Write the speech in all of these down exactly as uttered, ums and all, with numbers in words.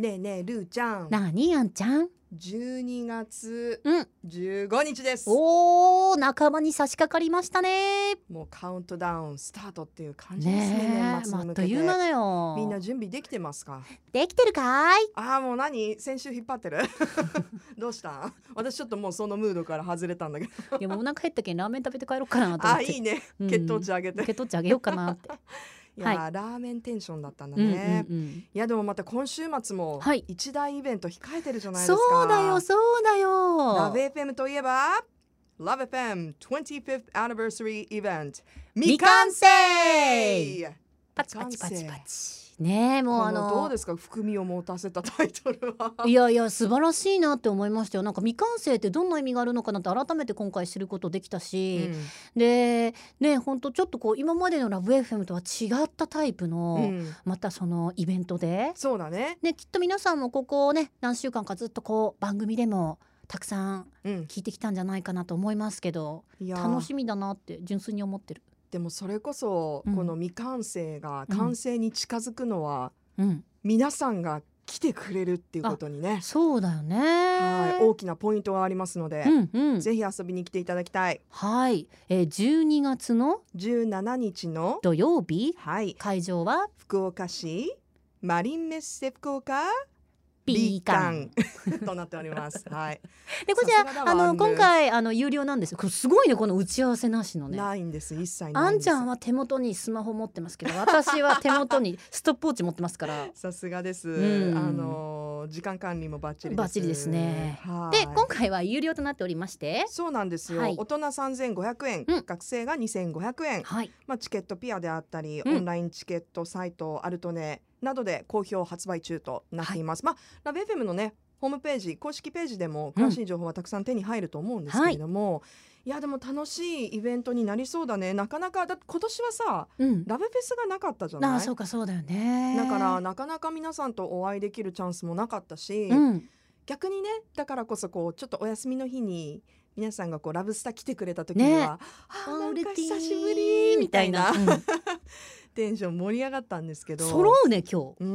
ねえねえルーちゃん、 なにあんちゃん。 じゅうにがつうんじゅうごにちです。 おー、半ばに差し掛かりましたね。 もうカウントダウンスタートっていう感じですね。 ねえ、 年末に向けてあっという間だよ。 みんな準備できてますか？ できてるかい？ ああもう何先週引っ張ってるどうしたん？私ちょっともうそのムードから外れたんだけどいやもうお腹減ったけんラーメン食べて帰ろうかなと思って。 あいいね、 うん血糖値上げて血糖値上げようかなっていや、 はい、 ラーメンテンションだったんだうんうんね、 うん、 いやでもまた今週末もはい一大イベント控えてるじゃないですか。 そうだよそうだよ。 ラブ エフエム といえば ラブ エフエム にじゅうご Anniversary Event 未完成パチパチパチパチねえ、もうあのどうですか、含みを持たせたタイトルは。 いやいや素晴らしいなって思いましたよ。なんか未完成ってどんな意味があるのかなって改めて今回知ることできたし、うん、でね本当ちょっとこう今までのラブ エフエム とは違ったタイプの、うん、またそのイベントでそうだね。 ねきっと皆さんもここね何週間かずっとこう番組でもたくさん聞いてきたんじゃないかなと思いますけど、うん、楽しみだなって純粋に思ってる。 でもそれこそこの未完成が完成に近づくのは、 うん、 皆さんが来てくれるっていうことにね、 そうだよね、 はい、大きなポイントがありますので、うんうん、ぜひ遊びに来ていただきたい。 はい、えー、じゅうにがつのじゅうしちにちの土曜日、 はい、 会場は福岡市マリンメッセ福岡ビーカンとなっております。はい。 でこちらあの今回あの有料なんですよ。これすごいね、この打ち合わせなしのね。 ないんです。一切ないんです。 あんちゃんは手元にスマホ持ってますけど、私は手元にストップウォッチ持ってますから。 さすがです。 うん、 あの時間管理もバッチリです。 バッチリですね。で今回は有料となっておりまして。 そうなんですよ。はい、大人さんぜんごひゃくえん、うん、学生がにせんごひゃくえん。はい、まあチケットピアであったり、うん、オンラインチケットサイトアルトネなどで好評発売中となっています。はい、まあラブ エフエム のねホームページ公式ページでも詳しい情報はたくさん手に入ると思うんですけれども、うんはい、いやでも楽しいイベントになりそうだね。なかなかだ今年はさ、うん、ラブフェスがなかったじゃない。 ああそうかそうだよね。 だからなかなか皆さんとお会いできるチャンスもなかったし、うん、逆にねだからこそこうちょっとお休みの日に皆さんがこうラブスタ来てくれた時には、ね、あなんか久しぶりみたいな、うん、テンション盛り上がったんですけど、 揃うね今日、 うん、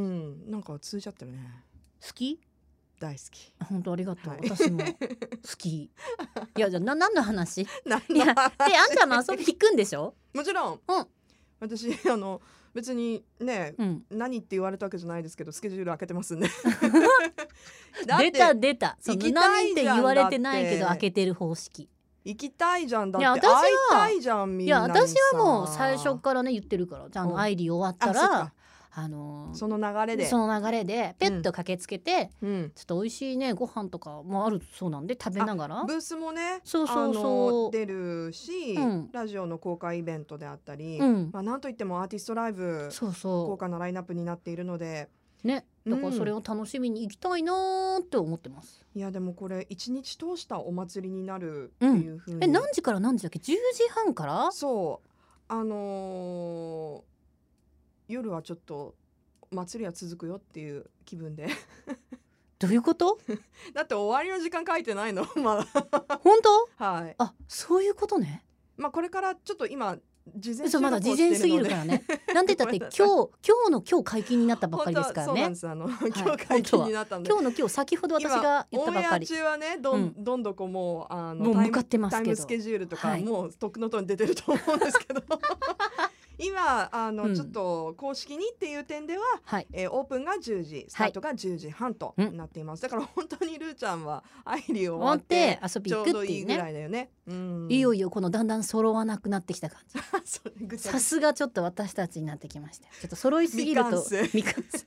なんか通じちゃってるね。 好き？ 大好き。 本当ありがとう、はい、私も好き。いやじゃあな何の話？ 何の話？ であんちゃんも遊び行くんでしょ？ もちろん、 うん、 私あの別にね、うん、何って言われたわけじゃないですけどスケジュール開けてますんで出た出たその何って言われてないけど開けてる方式。 行きたいじゃん。だって会いたいじゃんみんなにさ。 いや私はもう最初からね言ってるからじゃああのアイリー終わったらあのー、 その流れでその流れでペッと駆けつけて、うん、ちょっと美味しいねご飯とかもあるそうなんで食べながらブースもねそうそうそう出るし、うん、ラジオの公開イベントであったり、 うんまあ、なんといってもアーティストライブそうそう豪華なラインナップになっているのでね、だからそれを楽しみに行きたいなって思ってます、 うん、いやでもこれ一日通したお祭りになるっていう風に、 うん、え何時から何時だっけ？じゅうじはんから？ そうあのー、夜はちょっと祭りは続くよっていう気分でどういうことだって終わりの時間書いてないのまだ本当？ はい。 あそういうことね。 まあこれからちょっと今事前そうまだ事前すぎるからねなんて言ったって今日今日の今日解禁になったばっかりですからね。 そうなんです。あの、はい、今日解禁になったんで今日の今日先ほど私が言ったばっかり。 オンエア中はねどん、うん、どんどこもうあのもう向かってますけどタイムスケジュールとか、はい、もうとっくのとに出てると思うんですけど今あの、うん、ちょっと公式にっていう点では、はいえー、オープンがじゅうじスタートがじゅうじはんとなっています、はい、だから本当にルーちゃんはアイリーを終わって遊び行くっていうね、ちょうどいいぐらいだよね、うん、いよいよこのだんだん揃わなくなってきた感じさすがちょっと私たちになってきました。ちょっと揃いすぎると未完成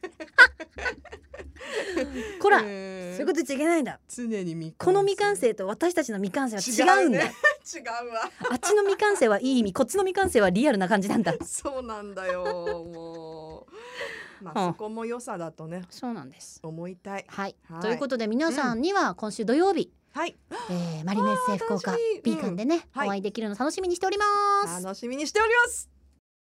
こら、えー、そういうこと言っちゃいけないんだ。 常に未完成。 この未完成と私たちの未完成は違うんだ。 違うね、違うわあっちの未完成はいい意味、こっちの未完成はリアルな感じなんだそうなんだよもうまあ、そこも良さだとねそうなんです思いたい、 はい、はい、ということで皆さんには今週土曜日、 はい、 えー、マリメッセ福岡ビーカンでね、うん、お会いできるの楽しみにしております。 楽しみにしております。